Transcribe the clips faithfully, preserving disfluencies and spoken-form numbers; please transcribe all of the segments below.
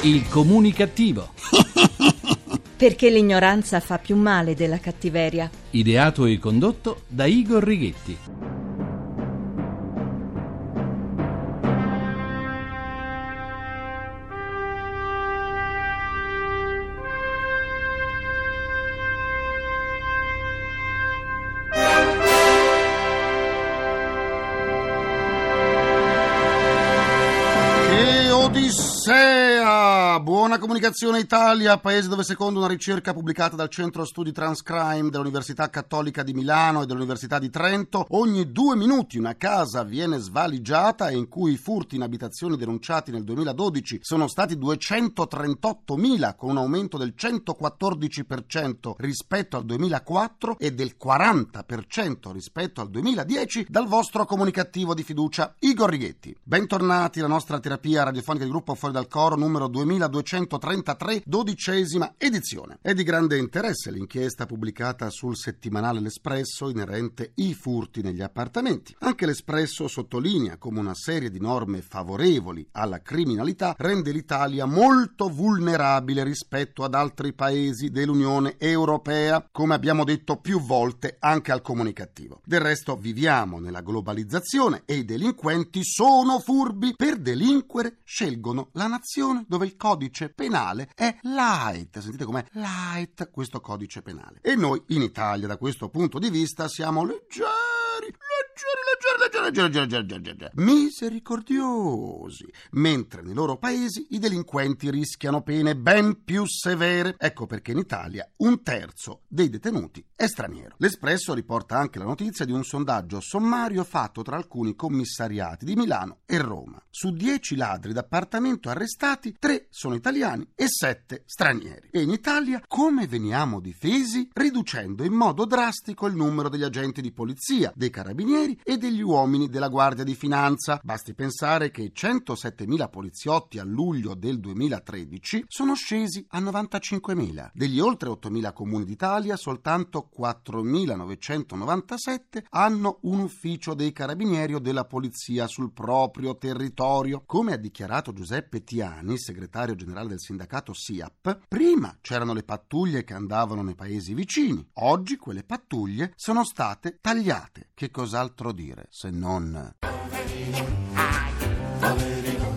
Il comunicativo. Perché l'ignoranza fa più male della cattiveria. Ideato e condotto da Igor Righetti. Odissea! Buona Comunicazione Italia, paese dove secondo una ricerca pubblicata dal Centro Studi Transcrime dell'Università Cattolica di Milano e dell'Università di Trento, ogni due minuti una casa viene svaligiata e in cui i furti in abitazioni denunciati nel duemiladodici sono stati duecentotrentottomila, con un aumento del centoquattordici per cento rispetto al duemilaquattro e del quaranta per cento rispetto al duemiladieci, dal vostro comunicativo di fiducia Igor Righetti. Bentornati alla nostra terapia radiofonica di gruppo Fuori dal Coro numero duemiladuecentotrentatré, dodicesima edizione. È di grande interesse l'inchiesta pubblicata sul settimanale L'Espresso inerente i furti negli appartamenti. Anche L'Espresso sottolinea come una serie di norme favorevoli alla criminalità rende l'Italia molto vulnerabile rispetto ad altri paesi dell'Unione Europea, come abbiamo detto più volte anche al comunicativo. Del resto viviamo nella globalizzazione e i delinquenti sono furbi. Per delinquere scelgono la nazione dove il codice penale è light. Sentite com'è light questo codice penale. E noi in Italia da questo punto di vista siamo leggeri, leggeri, leggeri, leggeri, leggeri, leggeri, leggeri, misericordiosi, mentre nei loro paesi i delinquenti rischiano pene ben più severe. Ecco perché in Italia un terzo dei detenuti è straniero. L'Espresso riporta anche la notizia di un sondaggio sommario fatto tra alcuni commissariati di Milano e Roma. Su dieci ladri d'appartamento arrestati, tre sono italiani e sette stranieri. E in Italia come veniamo difesi? Riducendo in modo drastico il numero degli agenti di polizia, dei carabinieri e degli uomini della Guardia di Finanza. Basti pensare che centosettemila poliziotti a luglio del duemilatredici sono scesi a novantacinquemila. Degli oltre ottomila comuni d'Italia, soltanto quattromilanovecentonovantasette hanno un ufficio dei carabinieri o della polizia sul proprio territorio. Come ha dichiarato Giuseppe Tiani, segretario generale del sindacato SIAP, prima c'erano le pattuglie che andavano nei paesi vicini, oggi quelle pattuglie sono state tagliate. Che cos'altro dire se non poverino, ai, poverino,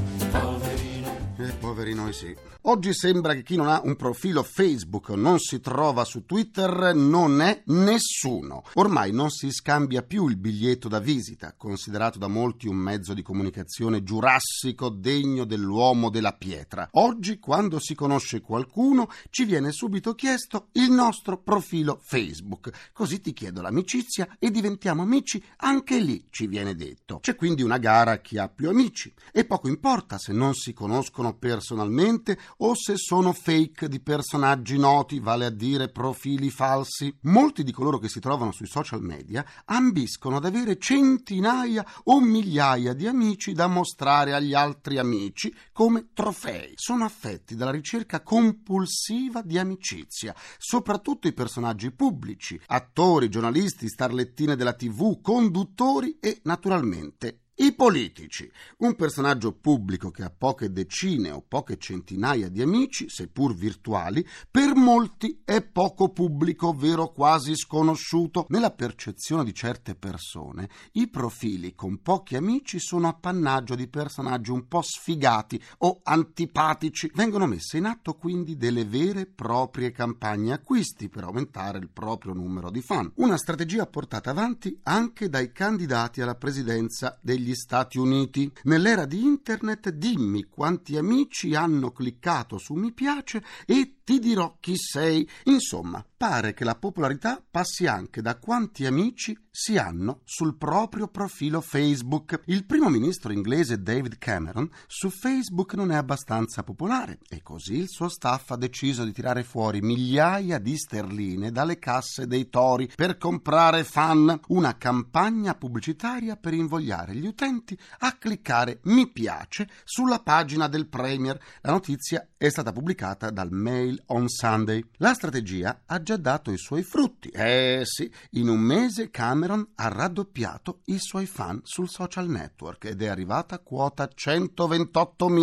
poverino. Eh, poveri noi sì. Oggi sembra che chi non ha un profilo Facebook o non si trova su Twitter non è nessuno. Ormai non si scambia più il biglietto da visita, considerato da molti un mezzo di comunicazione giurassico degno dell'uomo della pietra. Oggi, quando si conosce qualcuno, ci viene subito chiesto il nostro profilo Facebook. Così ti chiedo l'amicizia e diventiamo amici, anche lì ci viene detto. C'è quindi una gara a chi ha più amici e poco importa se non si conoscono personalmente o se sono fake di personaggi noti, vale a dire profili falsi. Molti di coloro che si trovano sui social media ambiscono ad avere centinaia o migliaia di amici da mostrare agli altri amici come trofei. Sono affetti dalla ricerca compulsiva di amicizia, soprattutto i personaggi pubblici, attori, giornalisti, starlettine della tivù, conduttori e naturalmente i politici. Un personaggio pubblico che ha poche decine o poche centinaia di amici, seppur virtuali, per molti è poco pubblico, ovvero quasi sconosciuto. Nella percezione di certe persone, i profili con pochi amici sono appannaggio di personaggi un po' sfigati o antipatici. Vengono messe in atto quindi delle vere e proprie campagne acquisti per aumentare il proprio numero di fan. Una strategia portata avanti anche dai candidati alla presidenza degli Gli Stati Uniti. Nell'era di internet dimmi quanti amici hanno cliccato su mi piace e ti dirò chi sei. Insomma, pare che la popolarità passi anche da quanti amici si hanno sul proprio profilo Facebook. Il primo ministro inglese David Cameron su Facebook non è abbastanza popolare e così il suo staff ha deciso di tirare fuori migliaia di sterline dalle casse dei tori per comprare fan. Una campagna pubblicitaria per invogliare gli utenti a cliccare mi piace sulla pagina del Premier. La notizia è stata pubblicata dal Mail on Sunday. La strategia ha già dato i suoi frutti. Eh sì, in un mese Cameron ha raddoppiato i suoi fan sul social network ed è arrivata a quota centoventottomila.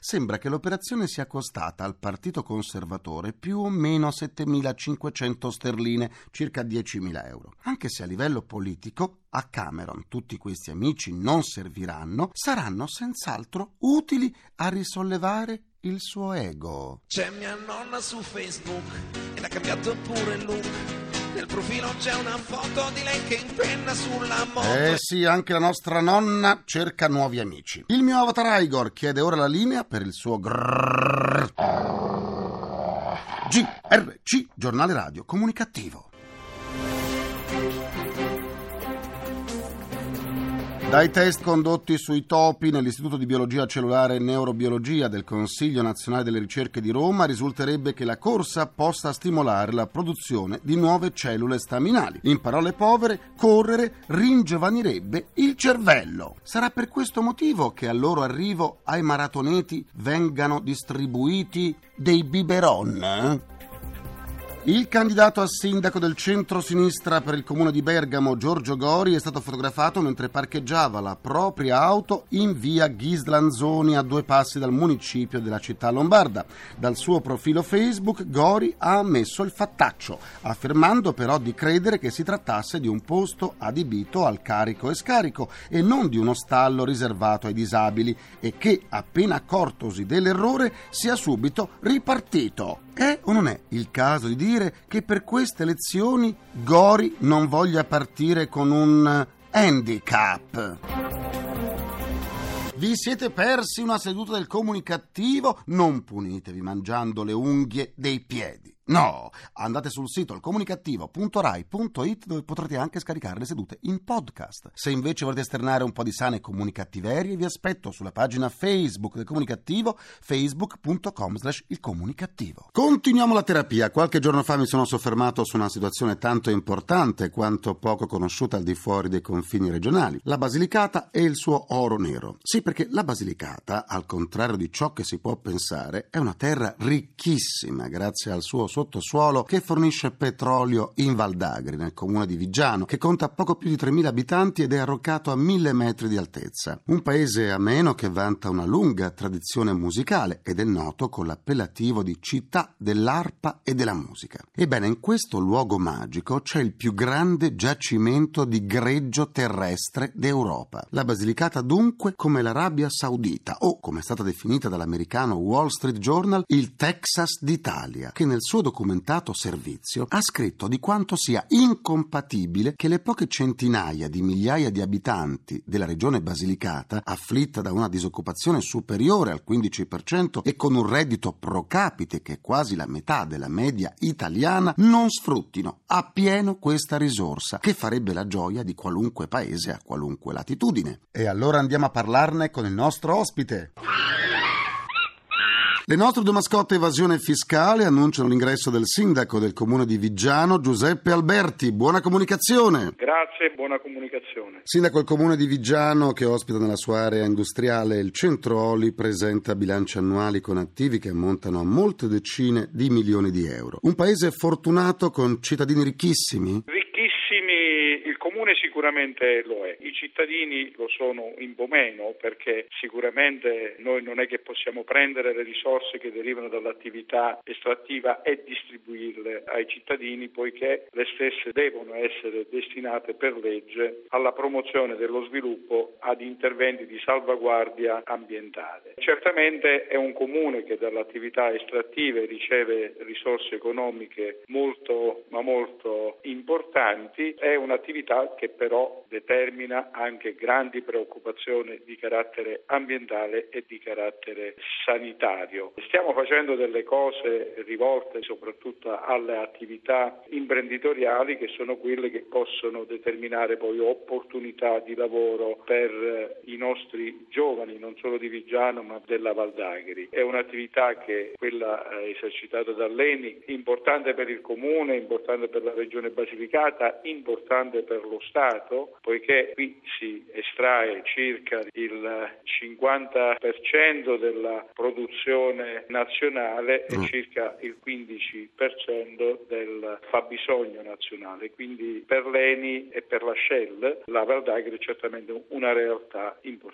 sembra che l'operazione sia costata al Partito Conservatore più o meno settemilacinquecento sterline, circa diecimila euro. Anche se a livello politico a Cameron tutti questi amici non serviranno, saranno senz'altro utili a risollevare il suo ego. C'è mia nonna su Facebook ed ha cambiato pure il look. Nel profilo c'è una foto di lei che impenna sulla moto. Eh sì, anche la nostra nonna cerca nuovi amici. Il mio avatar Igor chiede ora la linea per il suo grrrr. G R C, giornale radio comunicativo. Dai test condotti sui topi nell'Istituto di Biologia Cellulare e Neurobiologia del Consiglio Nazionale delle Ricerche di Roma risulterebbe che la corsa possa stimolare la produzione di nuove cellule staminali. In parole povere, correre ringiovanirebbe il cervello. Sarà per questo motivo che al loro arrivo ai maratoneti vengano distribuiti dei biberon? Il candidato a sindaco del centro-sinistra per il comune di Bergamo, Giorgio Gori, è stato fotografato mentre parcheggiava la propria auto in via Ghislanzoni, a due passi dal municipio della città lombarda. Dal suo profilo Facebook Gori ha ammesso il fattaccio, affermando però di credere che si trattasse di un posto adibito al carico e scarico e non di uno stallo riservato ai disabili, e che, appena accortosi dell'errore, sia subito ripartito. È o non è il caso di dire che per queste elezioni Gori non voglia partire con un handicap? Vi siete persi una seduta del comunicativo? Non punitevi mangiando le unghie dei piedi. No, andate sul sito alcomunicativo punto rai punto it, dove potrete anche scaricare le sedute in podcast. Se invece volete esternare un po' di sane comunicattiverie, vi aspetto sulla pagina Facebook del Comunicativo, facebook punto com slash il comunicativo. Continuiamo la terapia. Qualche giorno fa mi sono soffermato su una situazione tanto importante quanto poco conosciuta al di fuori dei confini regionali: la Basilicata e il suo oro nero. Sì, perché la Basilicata, al contrario di ciò che si può pensare, è una terra ricchissima grazie al suo sottosuolo che fornisce petrolio in Val d'Agri, nel comune di Viggiano, che conta poco più di tremila abitanti ed è arroccato a mille metri di altezza. Un paese ameno che vanta una lunga tradizione musicale ed è noto con l'appellativo di città dell'arpa e della musica. Ebbene, in questo luogo magico c'è il più grande giacimento di greggio terrestre d'Europa. La Basilicata, dunque, come l'Arabia Saudita, o come è stata definita dall'americano Wall Street Journal, il Texas d'Italia, che nel suo documentato servizio ha scritto di quanto sia incompatibile che le poche centinaia di migliaia di abitanti della regione Basilicata, afflitta da una disoccupazione superiore al quindici per cento e con un reddito pro capite che è quasi la metà della media italiana, non sfruttino appieno questa risorsa che farebbe la gioia di qualunque paese a qualunque latitudine. E allora andiamo a parlarne con il nostro ospite. Le nostre due mascotte evasione fiscale annunciano l'ingresso del sindaco del comune di Viggiano, Giuseppe Alberti. Buona comunicazione. Grazie, buona comunicazione. Sindaco, il comune di Viggiano, che ospita nella sua area industriale il centro oli, presenta bilanci annuali con attivi che ammontano a molte decine di milioni di euro. Un paese fortunato con cittadini ricchissimi? Il comune sicuramente lo è, i cittadini lo sono un po' meno, perché sicuramente noi non è che possiamo prendere le risorse che derivano dall'attività estrattiva e distribuirle ai cittadini, poiché le stesse devono essere destinate per legge alla promozione dello sviluppo, ad interventi di salvaguardia ambientale. Certamente è un comune che dall'attività estrattive riceve risorse economiche molto ma molto importanti, è un'attività che però determina anche grandi preoccupazioni di carattere ambientale e di carattere sanitario. Stiamo facendo delle cose rivolte soprattutto alle attività imprenditoriali, che sono quelle che possono determinare poi opportunità di lavoro per i nostri giovani, non solo di Viggiano ma della Val d'Agri. È un'attività che quella esercitata dall'Eni, importante per il comune, importante per la regione Basilicata, importante per lo Stato, poiché qui si estrae circa il cinquanta per cento della produzione nazionale e circa il quindici per cento del fabbisogno nazionale. Quindi per l'Eni e per la Shell la Val d'Agri è certamente una realtà importante.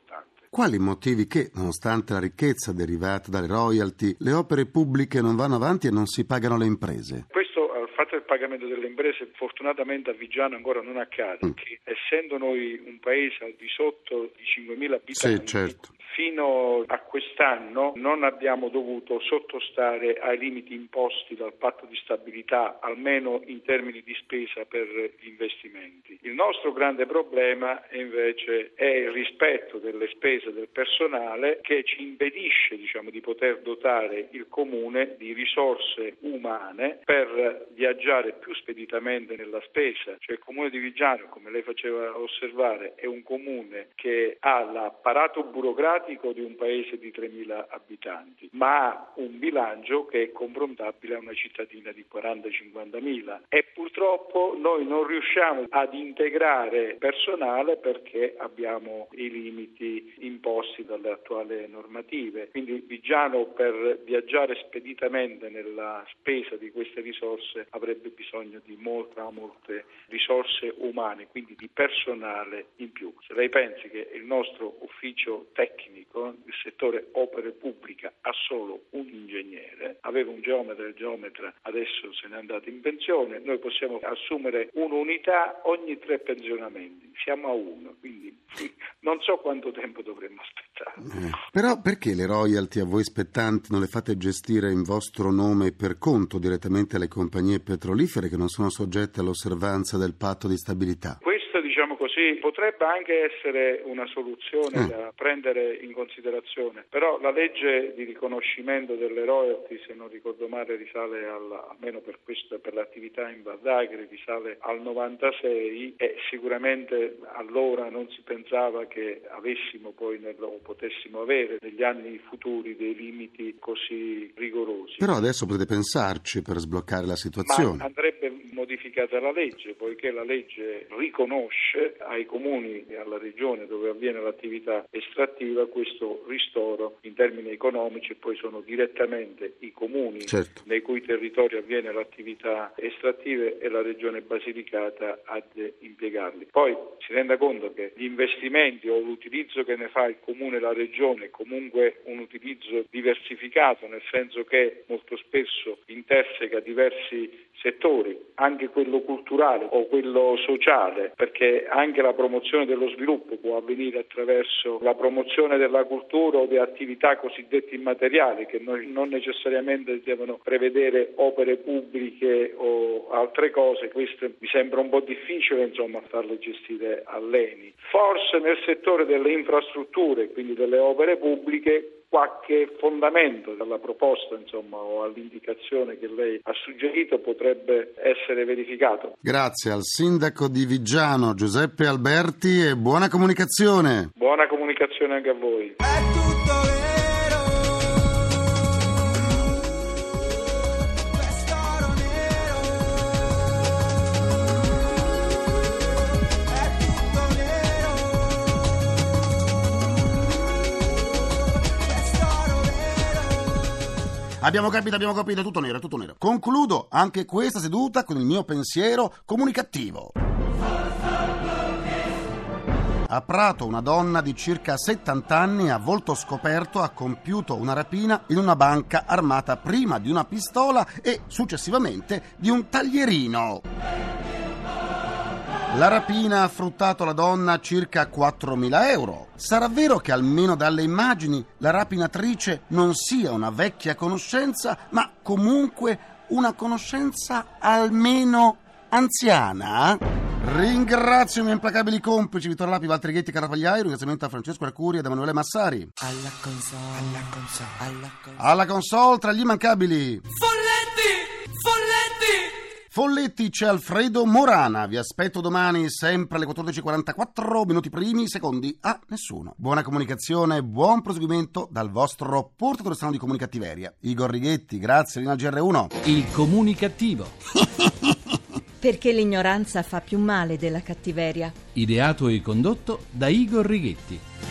Quali motivi che, nonostante la ricchezza derivata dalle royalty, le opere pubbliche non vanno avanti e non si pagano le imprese? Questo, al fatto del pagamento delle imprese, fortunatamente a Viggiano ancora non accade, Mm. perché essendo noi un paese al di sotto di cinquemila abitanti, Sì, certo. fino a quest'anno non abbiamo dovuto sottostare ai limiti imposti dal patto di stabilità, almeno in termini di spesa per gli investimenti. Il nostro grande problema invece è il rispetto delle spese del personale, che ci impedisce, diciamo, di poter dotare il comune di risorse umane per viaggiare più speditamente nella spesa. Cioè il comune di Viggiano, come lei faceva osservare, è un comune che ha l'apparato burocratico di un paese di tremila abitanti, ma ha un bilancio che è confrontabile a una cittadina di quaranta cinquantamila, e purtroppo noi non riusciamo ad integrare personale perché abbiamo i limiti imposti dalle attuali normative. Quindi Viggiano, per viaggiare speditamente nella spesa di queste risorse, avrebbe bisogno di molta, molte risorse umane, quindi di personale in più. Se lei pensi che il nostro ufficio tecnico, il settore opere pubbliche, ha solo un ingegnere, aveva un geometra, il geometra adesso se n'è andato in pensione, noi possiamo assumere un'unità ogni tre pensionamenti, siamo a uno, quindi non so quanto tempo dovremmo aspettare. Eh, però perché le royalty a voi spettanti non le fate gestire in vostro nome per conto direttamente alle compagnie petrolifere che non sono soggette all'osservanza del patto di stabilità? Questo, diciamo così, potrebbe anche essere una soluzione Mm. da prendere in considerazione, però la legge di riconoscimento delle royalty, se non ricordo male, risale al, almeno per questo, per l'attività in Val d'Agri, risale al novantasei, e sicuramente allora non si pensava che avessimo poi nel, o potessimo avere negli anni futuri dei limiti così rigorosi. Però adesso potete pensarci per sbloccare la situazione. Ma andrebbe modificata la legge, poiché la legge riconosce ai comuni e alla regione dove avviene l'attività estrattiva questo ristoro in termini economici, e poi sono direttamente i comuni, Certo. nei cui territori avviene l'attività estrattiva, e la regione Basilicata ad impiegarli. Poi si renda conto che gli investimenti o l'utilizzo che ne fa il comune e la regione è comunque un utilizzo diversificato, nel senso che molto spesso interseca diversi settori, anche quello culturale o quello sociale, perché anche la promozione dello sviluppo può avvenire attraverso la promozione della cultura o di attività cosiddette immateriali, che non necessariamente devono prevedere opere pubbliche o altre cose. Questo mi sembra un po' difficile, insomma, farle gestire all'Eni. Forse nel settore delle infrastrutture, quindi delle opere pubbliche, qualche fondamento dalla proposta, insomma, o all'indicazione che lei ha suggerito potrebbe essere verificato. Grazie al sindaco di Viggiano Giuseppe Alberti e buona comunicazione. Buona comunicazione anche a voi. È tutto vero, quest'oro nero, è tutto nero, quest'oro nero. Abbiamo capito, abbiamo capito, tutto nero, tutto nero. Concludo anche questa seduta con il mio pensiero comunicativo. A Prato una donna di circa settanta anni a volto scoperto ha compiuto una rapina in una banca armata prima di una pistola e successivamente di un taglierino. La rapina ha fruttato alla donna circa quattromila euro. Sarà vero che almeno dalle immagini la rapinatrice non sia una vecchia conoscenza, ma comunque una conoscenza almeno anziana? Ringrazio i miei implacabili complici Vittorio Lapi, Walter Ghetti, Carapagliai. Ringraziamento a Francesco Arcuri ed Emanuele Massari. Alla console, alla console, alla console. Alla console tra gli immancabili Folletti! Folletti! Folletti, c'è Alfredo Morana. Vi aspetto domani sempre alle quattordici e quarantaquattro, minuti primi, secondi a nessuno. Buona comunicazione e buon proseguimento dal vostro portatore strano di comunicattiveria, Igor Righetti. Grazie, linea G R uno. Il comunicativo. Perché l'ignoranza fa più male della cattiveria. Ideato e condotto da Igor Righetti.